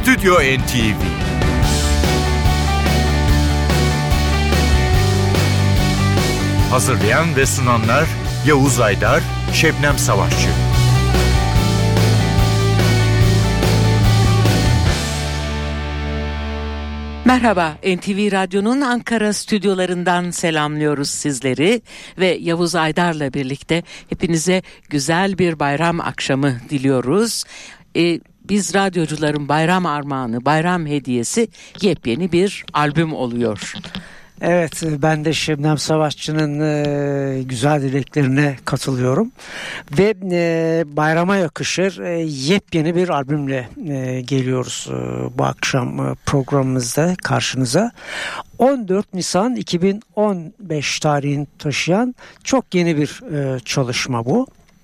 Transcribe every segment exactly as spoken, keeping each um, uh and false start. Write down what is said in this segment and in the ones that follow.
Stüdyo N T V. Hazırlayan ve sunanlar Yavuz Aydar, Şebnem Savaşçı. Merhaba, N T V Radyo'nun Ankara stüdyolarından selamlıyoruz sizleri ve Yavuz Aydar'la birlikte hepinize güzel bir bayram akşamı diliyoruz. Ee, biz radyocuların bayram armağanı, bayram hediyesi yepyeni bir albüm oluyor. Evet, ben de Şebnem Savaşçı'nın e, güzel dileklerine katılıyorum ve e, bayrama yakışır e, yepyeni bir albümle e, geliyoruz e, bu akşam e, programımızda karşınıza. on dört Nisan iki bin on beş tarihini taşıyan çok yeni bir e, çalışma bu.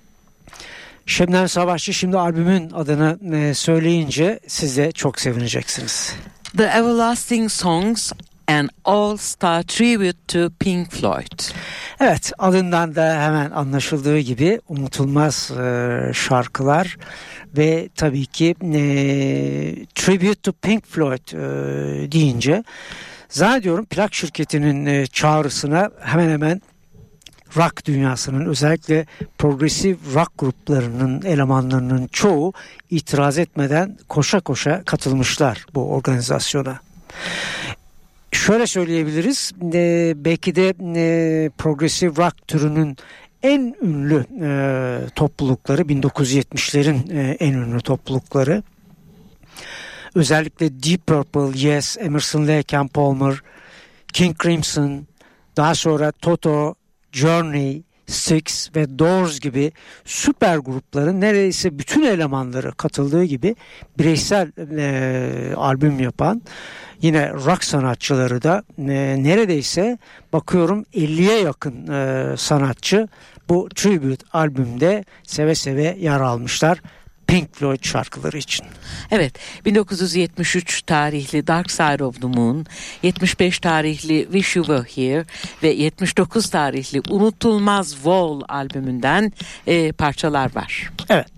Şebnem Savaşçı şimdi albümün adını e, söyleyince siz de çok sevineceksiniz. The Everlasting Songs An All-Star Tribute to Pink Floyd. Evet, adından da hemen anlaşıldığı gibi unutulmaz e, şarkılar ve tabii ki e, Tribute to Pink Floyd e, deyince zannediyorum plak şirketinin e, çağrısına hemen hemen rock dünyasının, özellikle progresif rock gruplarının elemanlarının çoğu itiraz etmeden koşa koşa katılmışlar bu organizasyona. Şöyle söyleyebiliriz, e, belki de e, progressive rock türünün en ünlü e, toplulukları, bin dokuz yüz yetmişlerin e, en ünlü toplulukları. Özellikle Deep Purple, Yes, Emerson, Lake and Palmer, King Crimson, daha sonra Toto, Journey, Styx ve Doors gibi süper grupların neredeyse bütün elemanları katıldığı gibi bireysel e, albüm yapan yine rock sanatçıları da e, neredeyse bakıyorum elliye yakın e, sanatçı bu tribute albümde seve seve yer almışlar Pink Floyd şarkıları için. Evet, bin dokuz yüz yetmiş üç tarihli Dark Side of the Moon, yetmiş beş tarihli Wish You Were Here ve yetmiş dokuz tarihli unutulmaz Wall albümünden e, parçalar var. Evet.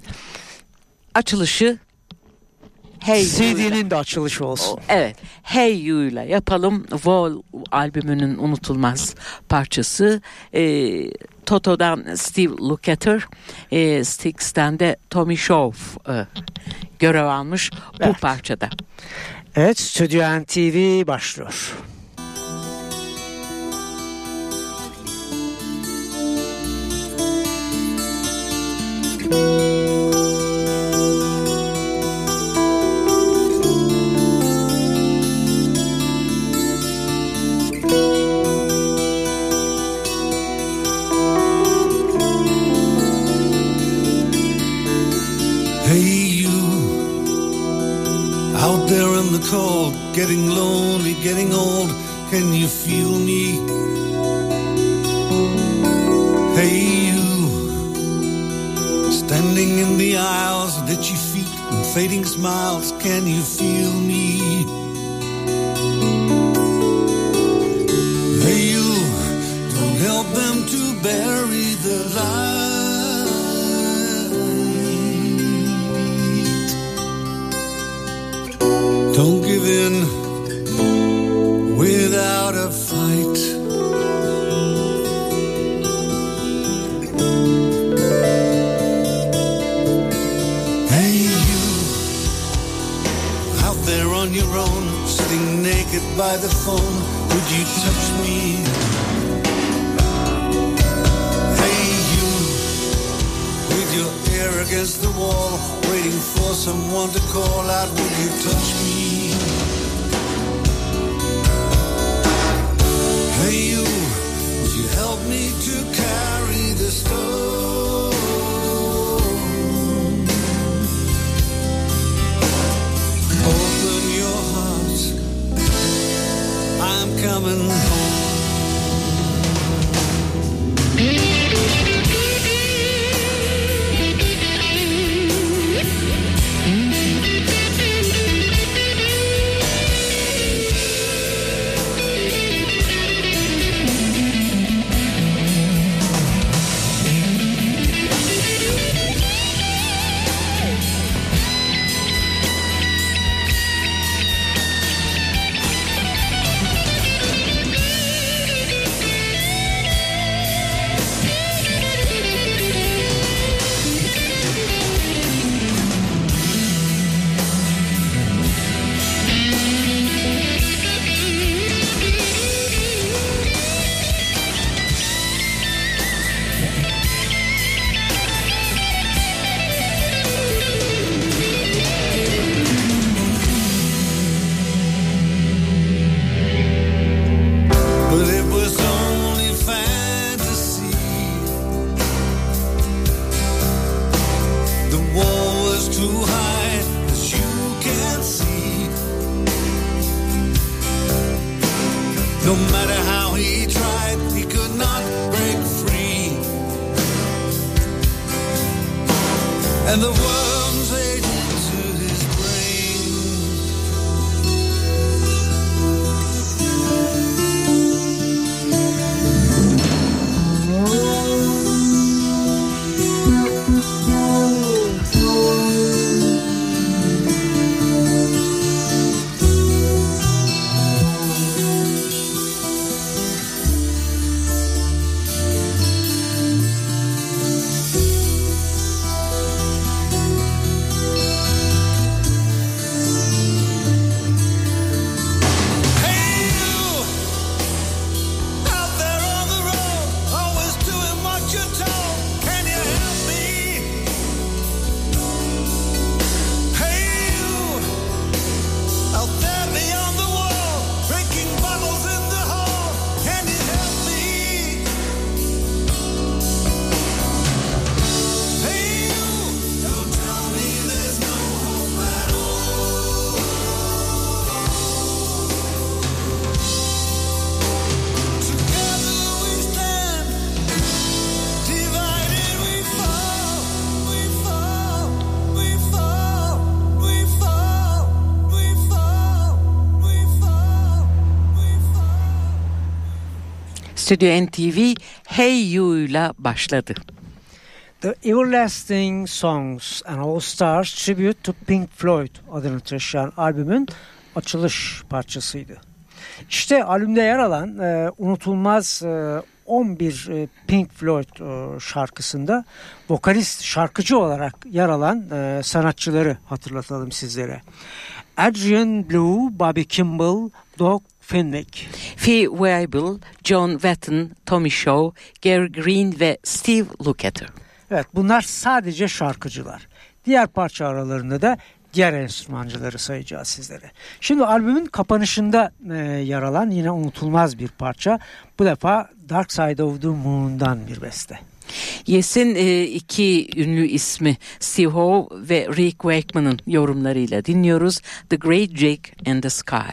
Açılışı Hey C D'nin de açılışı olsun. Evet, Hey You'yla yapalım. Wall albümünün unutulmaz parçası. E, Toto'dan Steve Lukather, e, Styx'ten de Tommy Shaw e, görev almış bu evet. parçada. Evet, Stüdyo N T V başlıyor. Out there in the cold, getting lonely, getting old, can you feel me? Hey you, standing in the aisles, ditchy feet and fading smiles, can you feel me? Hey you, don't help them to bury the light. Don't give in without a fight. Hey you, out there on your own, sitting naked by the phone, would you touch me? Hey you, with your ear against the wall, waiting for someone to call out, would you touch me? Hey you, would you help me to carry the stone? Open your heart, I'm coming home. No matter how he tried, he could not break free. And the worms ate into his brain. Stüdyo N T V Hey You'yla başladı. The Everlasting Songs and All Stars Tribute to Pink Floyd adını taşıyan albümün açılış parçasıydı. İşte albümde yer alan e, unutulmaz e, on bir e, Pink Floyd e, şarkısında vokalist şarkıcı olarak yer alan e, sanatçıları hatırlatalım sizlere. Adrian Blue, Bobby Kimball, Doug Fenwick, Fee Waybill, John Wetton, Tommy Shaw, Gary Green ve Steve Lukather. Evet, bunlar sadece şarkıcılar. Diğer parça aralarında da diğer enstrümancıları sayacağız sizlere. Şimdi albümün kapanışında e, yer alan yine unutulmaz bir parça. Bu defa Dark Side of the Moon'dan bir beste. Yes'in e, iki ünlü ismi Steve Howe ve Rick Wakeman'ın yorumlarıyla dinliyoruz. The Great Jig and the Sky.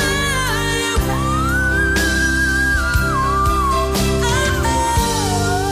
Oh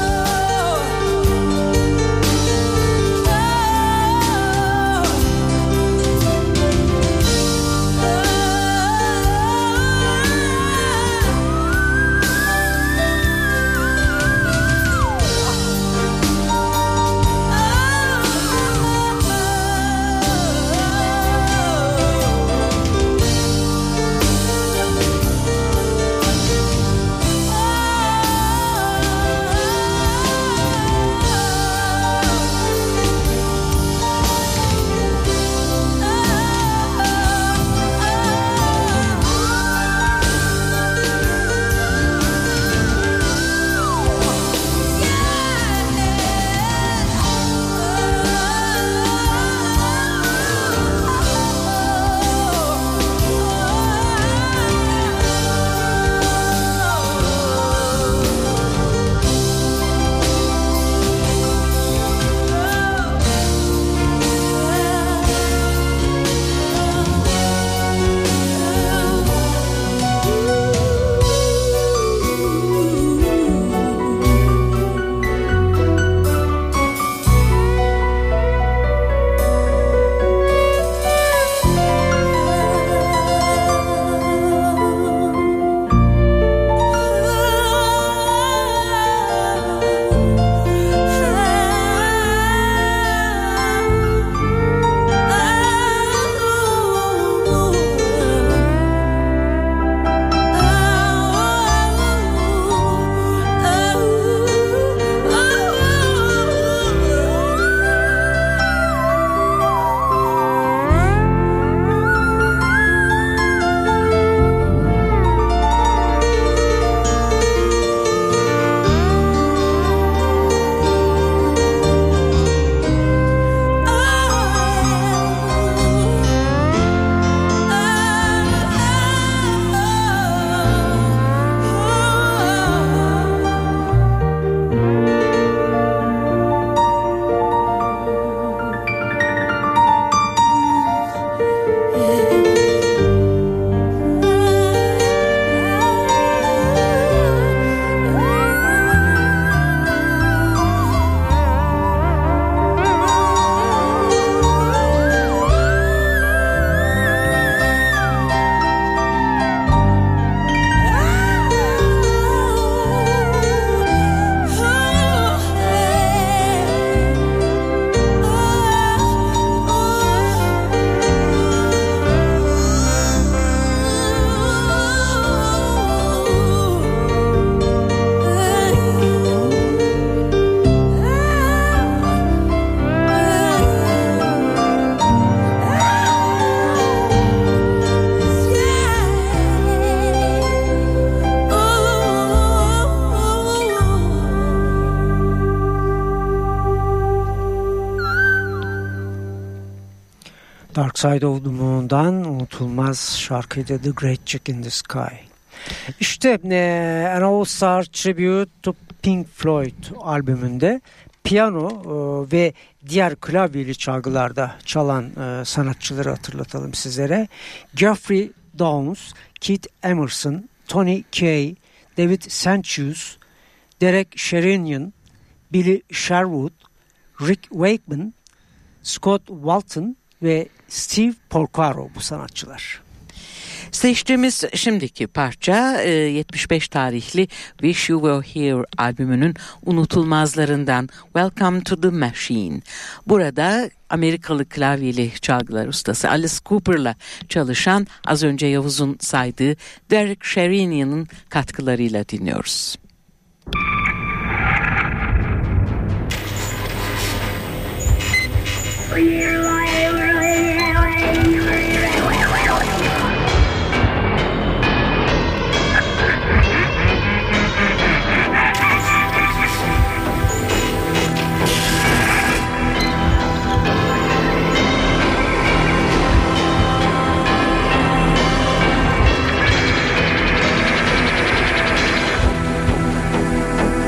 Dark Side of the Moon'dan unutulmaz şarkıydı The Great Chick in the Sky. İşte e, An All Star Tribute to Pink Floyd albümünde piyano e, ve diğer klavyeli çalgılarda çalan e, sanatçıları hatırlatalım sizlere. Geoffrey Downes, Keith Emerson, Tony Kaye, David Sancious, Derek Sherinian, Billy Sherwood, Rick Wakeman, Scott Walton ve Steve Porcaro bu sanatçılar. Seçtiğimiz şimdiki parça yetmiş beş tarihli Wish You Were Here albümünün unutulmazlarından Welcome to the Machine. Burada Amerikalı klavyeli çalgılar ustası Alice Cooper'la çalışan az önce Yavuz'un saydığı Derek Sherinian'ın katkılarıyla dinliyoruz.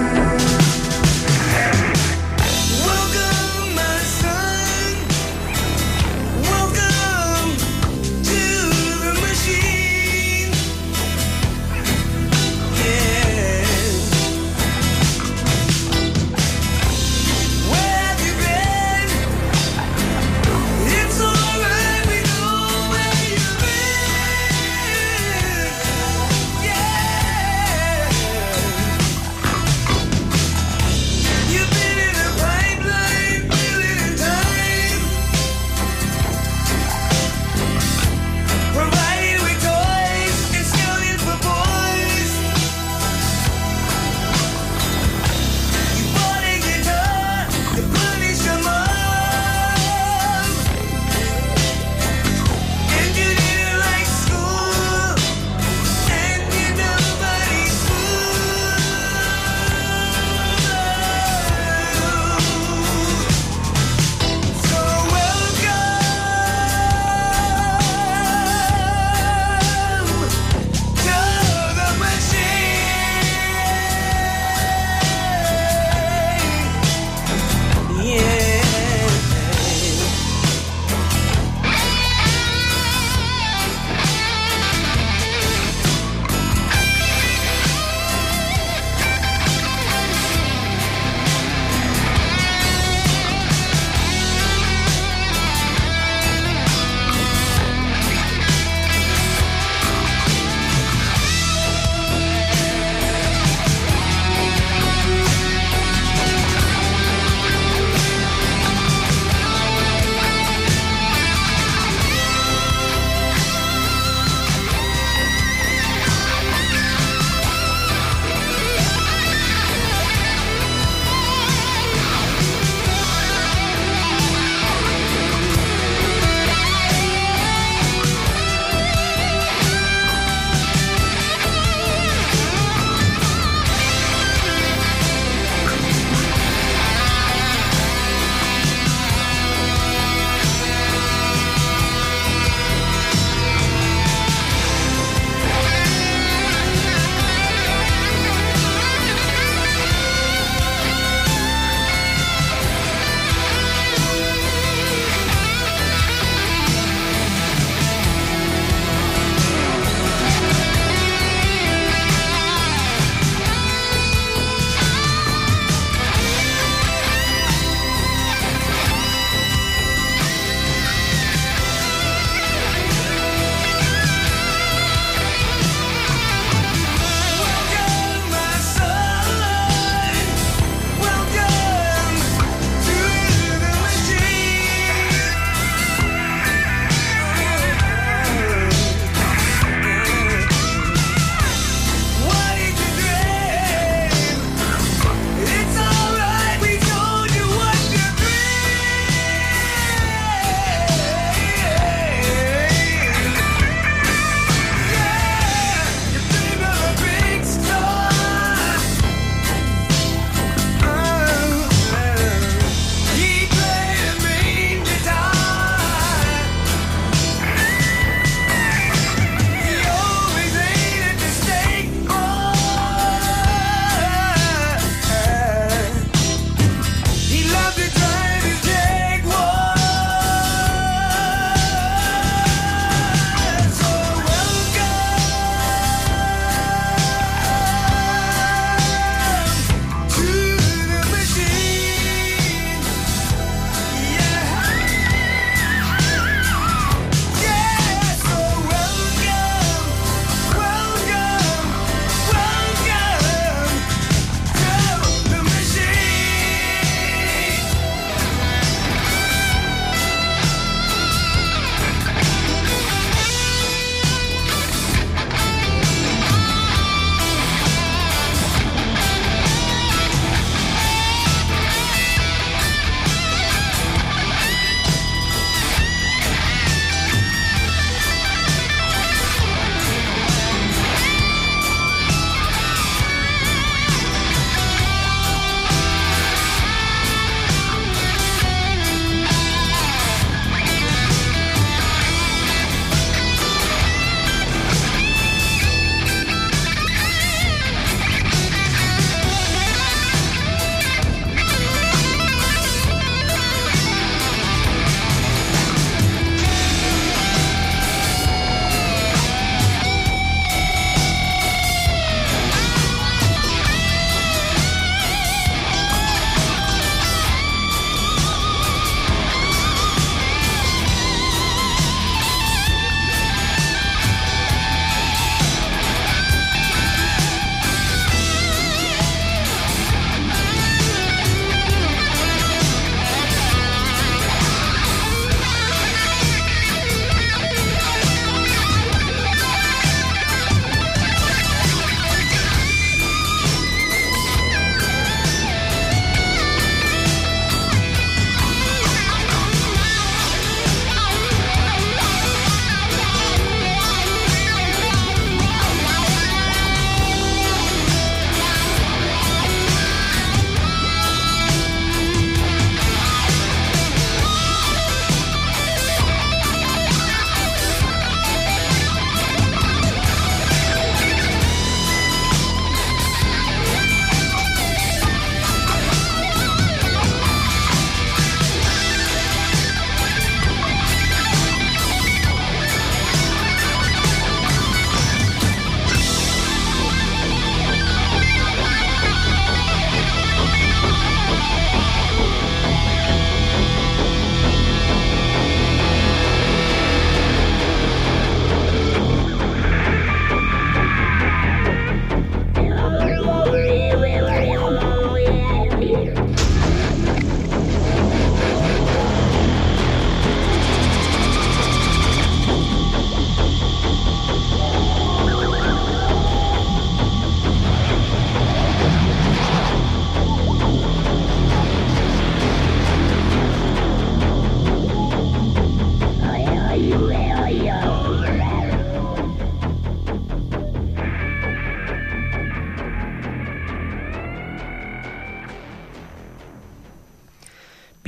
Welcome, my son.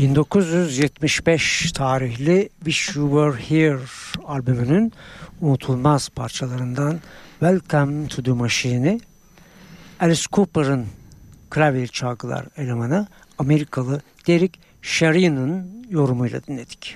bin dokuz yüz yetmiş beş tarihli Wish You Were Here albümünün unutulmaz parçalarından Welcome to the Machine'i Alice Cooper'ın klavye çalgılar elemanı Amerikalı Derek Sherinian'ın yorumuyla dinledik.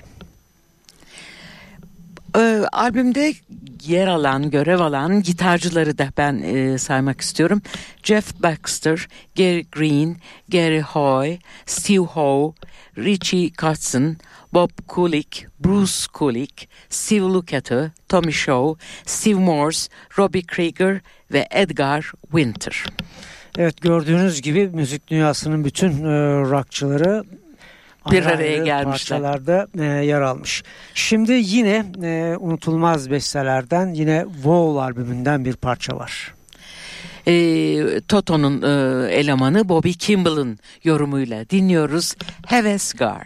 Ee, albümde yer alan, görev alan gitarcıları da ben e, saymak istiyorum. Jeff Baxter, Gary Green, Gary Hoy, Steve Howe, Richie Kotzen, Bob Kulick, Bruce Kulick, Steve Lukather, Tommy Shaw, Steve Morse, Robbie Krieger ve Edgar Winter. Evet, gördüğünüz gibi müzik dünyasının bütün e, rockçıları bir araya gelmişler. Parçalarda e, yer almış. Şimdi yine e, unutulmaz bestelerden yine Wall albümünden bir parça var. E, Toto'nun e, elemanı Bobby Kimball'ın yorumuyla dinliyoruz. Have a Scar.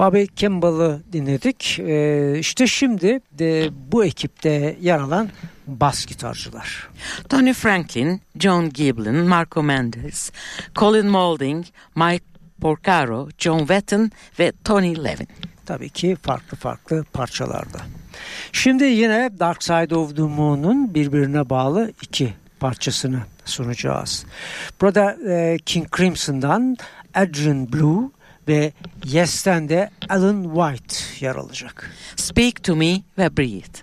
Bobby Kimball'ı dinledik. Ee, işte şimdi de bu ekipte yer alan bas gitarcılar. Tony Franklin, John Giblin, Marco Mendes, Colin Moulding, Mike Porcaro, John Wetton ve Tony Levin. Tabii ki farklı farklı parçalarda. Şimdi yine Dark Side of the Moon'un birbirine bağlı iki parçasını sunacağız. Burada e, King Crimson'dan Adrian Blue ve Yes'ten de Alan White yer alacak. Speak to Me ve Breathe.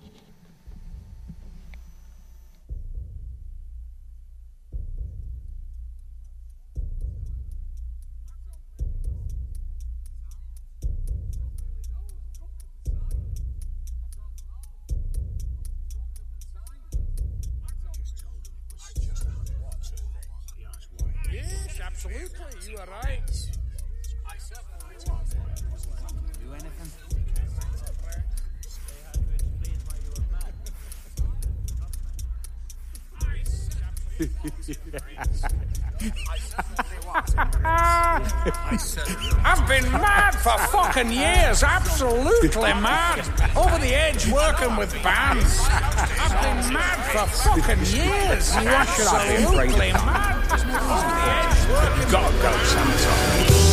Absolutely, you are right. Do anything? I've been mad for fucking years, absolutely mad. Over the edge working with bands. I've been mad for fucking years. You absolutely mad. Over the edge working. You've got to go sometime.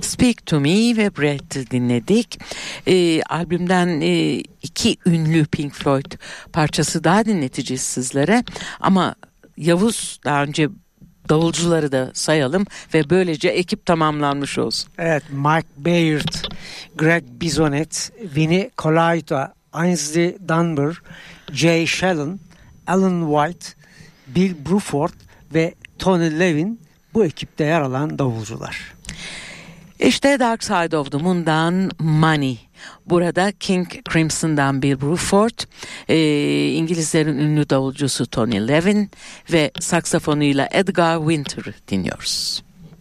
Speak to Me ve Breath dinledik. E, albümden e, iki ünlü Pink Floyd parçası daha dinleteceğiz sizlere. Ama Yavuz, daha önce davulcuları da sayalım ve böylece ekip tamamlanmış olsun. Evet, Mike Baird, Greg Bisonet, Vinnie Colaiuta, Aynsley Dunbar, Jay Shellen, Alan White, Bill Bruford ve Tony Levin bu ekipte yer alan davulcular. İşte Dark Side of the Moon'dan Money. Burada King Crimson'dan Bill Bruford, e, İngilizlerin ünlü davulcusu Tony Levin ve saksafonuyla Edgar Winter'ı dinliyoruz.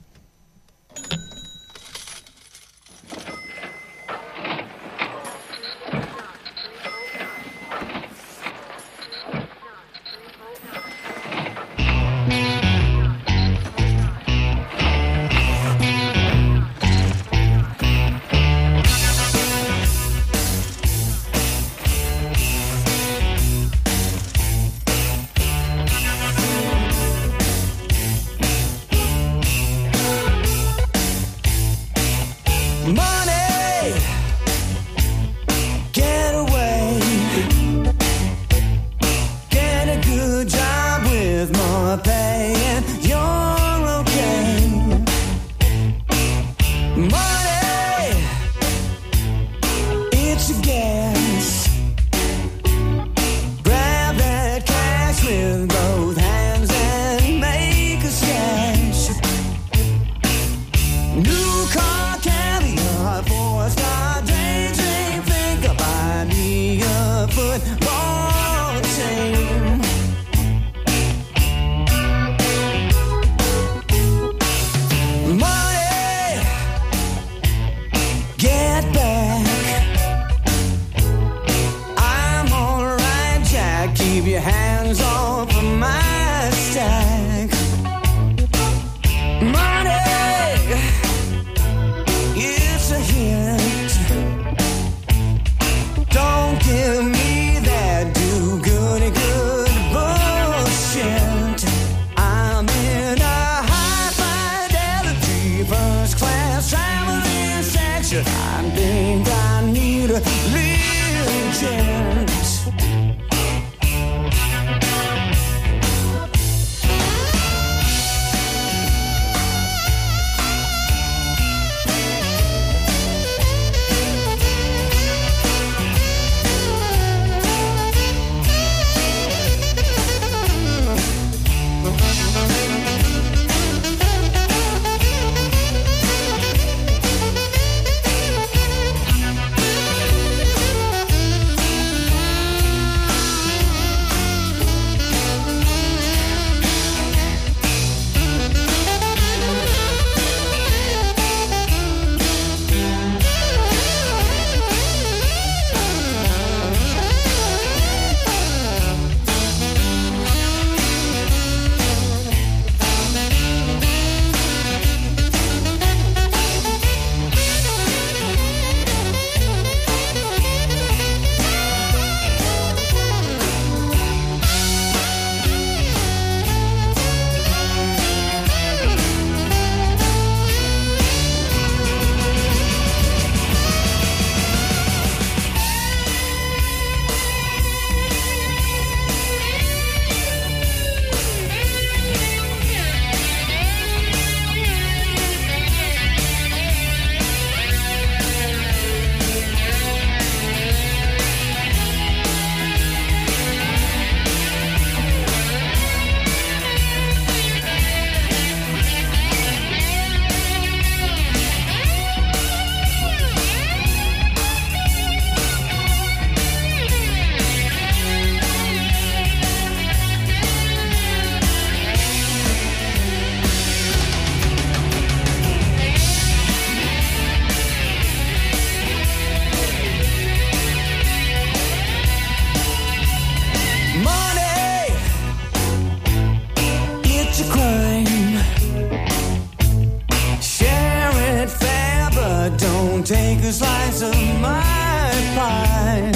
take a slice of my pie.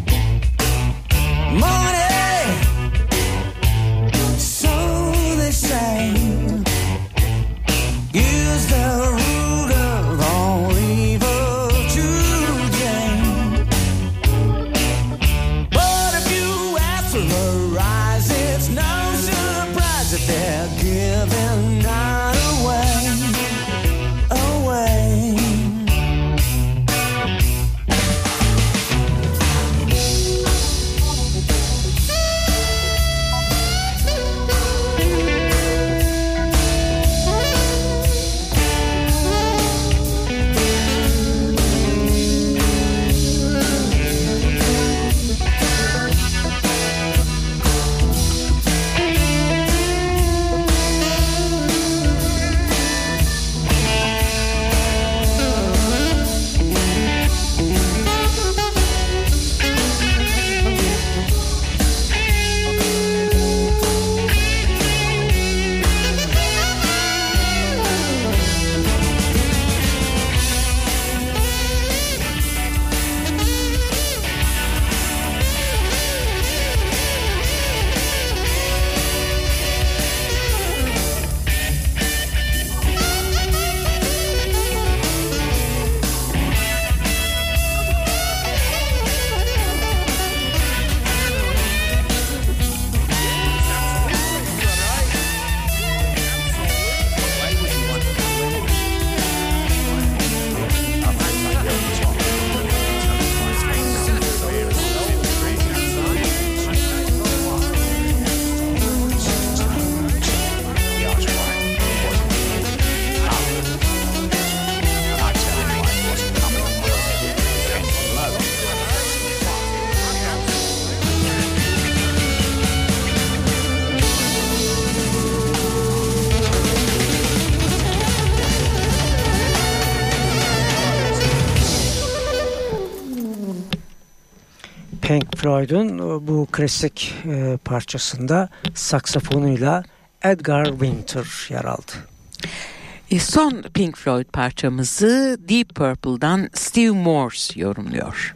Money, so they say, is the root of all Pink Floyd'un bu klasik e, parçasında saksafonuyla Edgar Winter yer aldı. E, son Pink Floyd parçamızı Deep Purple'dan Steve Morse yorumluyor.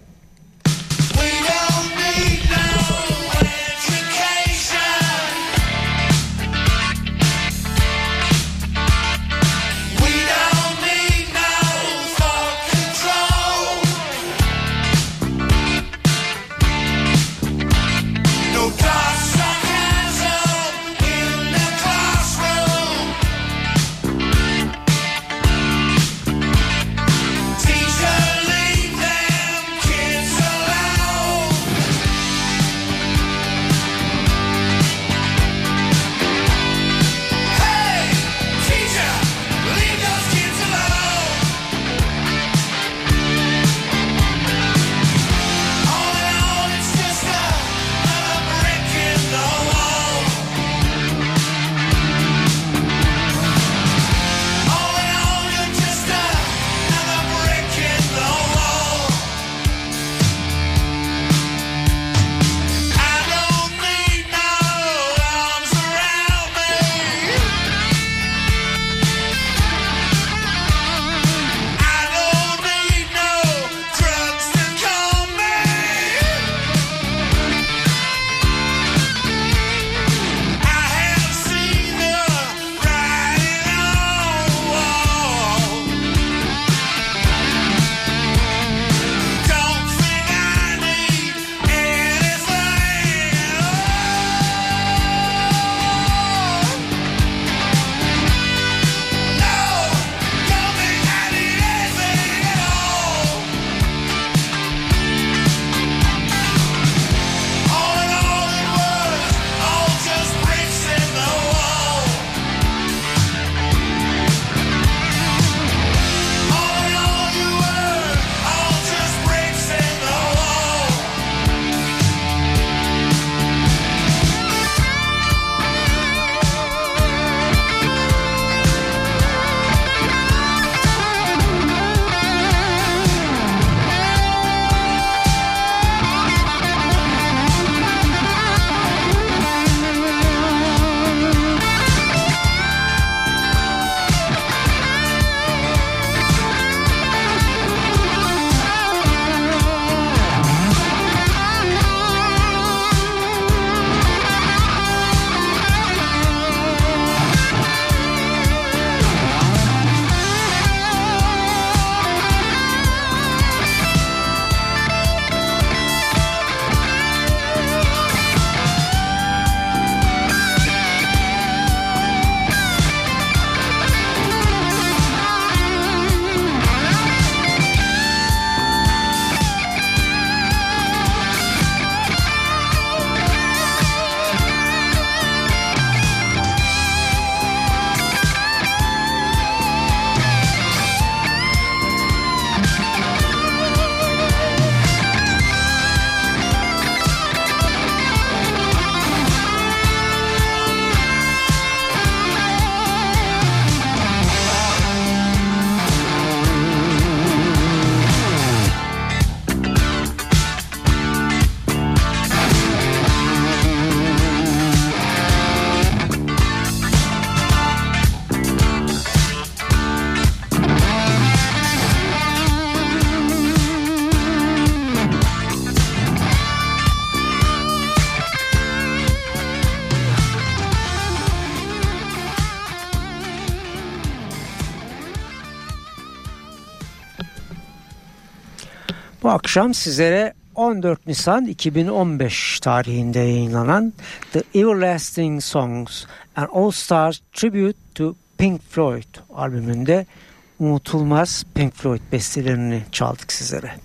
Bu akşam sizlere on dört Nisan iki bin on beş tarihinde yayınlanan The Everlasting Songs and All Stars Tribute to Pink Floyd albümünde unutulmaz Pink Floyd bestelerini çaldık sizlere.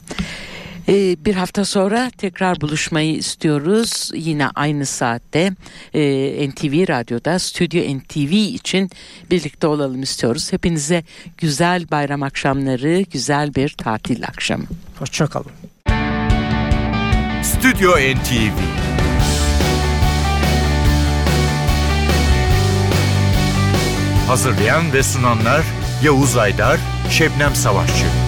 Ee, bir hafta sonra tekrar buluşmayı istiyoruz. Yine aynı saatte e, N T V Radyo'da Stüdyo N T V için birlikte olalım istiyoruz. Hepinize güzel bayram akşamları, güzel bir tatil akşamı. Hoşça kalın. Stüdyo N T V. Hazırlayan ve sunanlar Yavuz Aydar, Şebnem Savaşçı.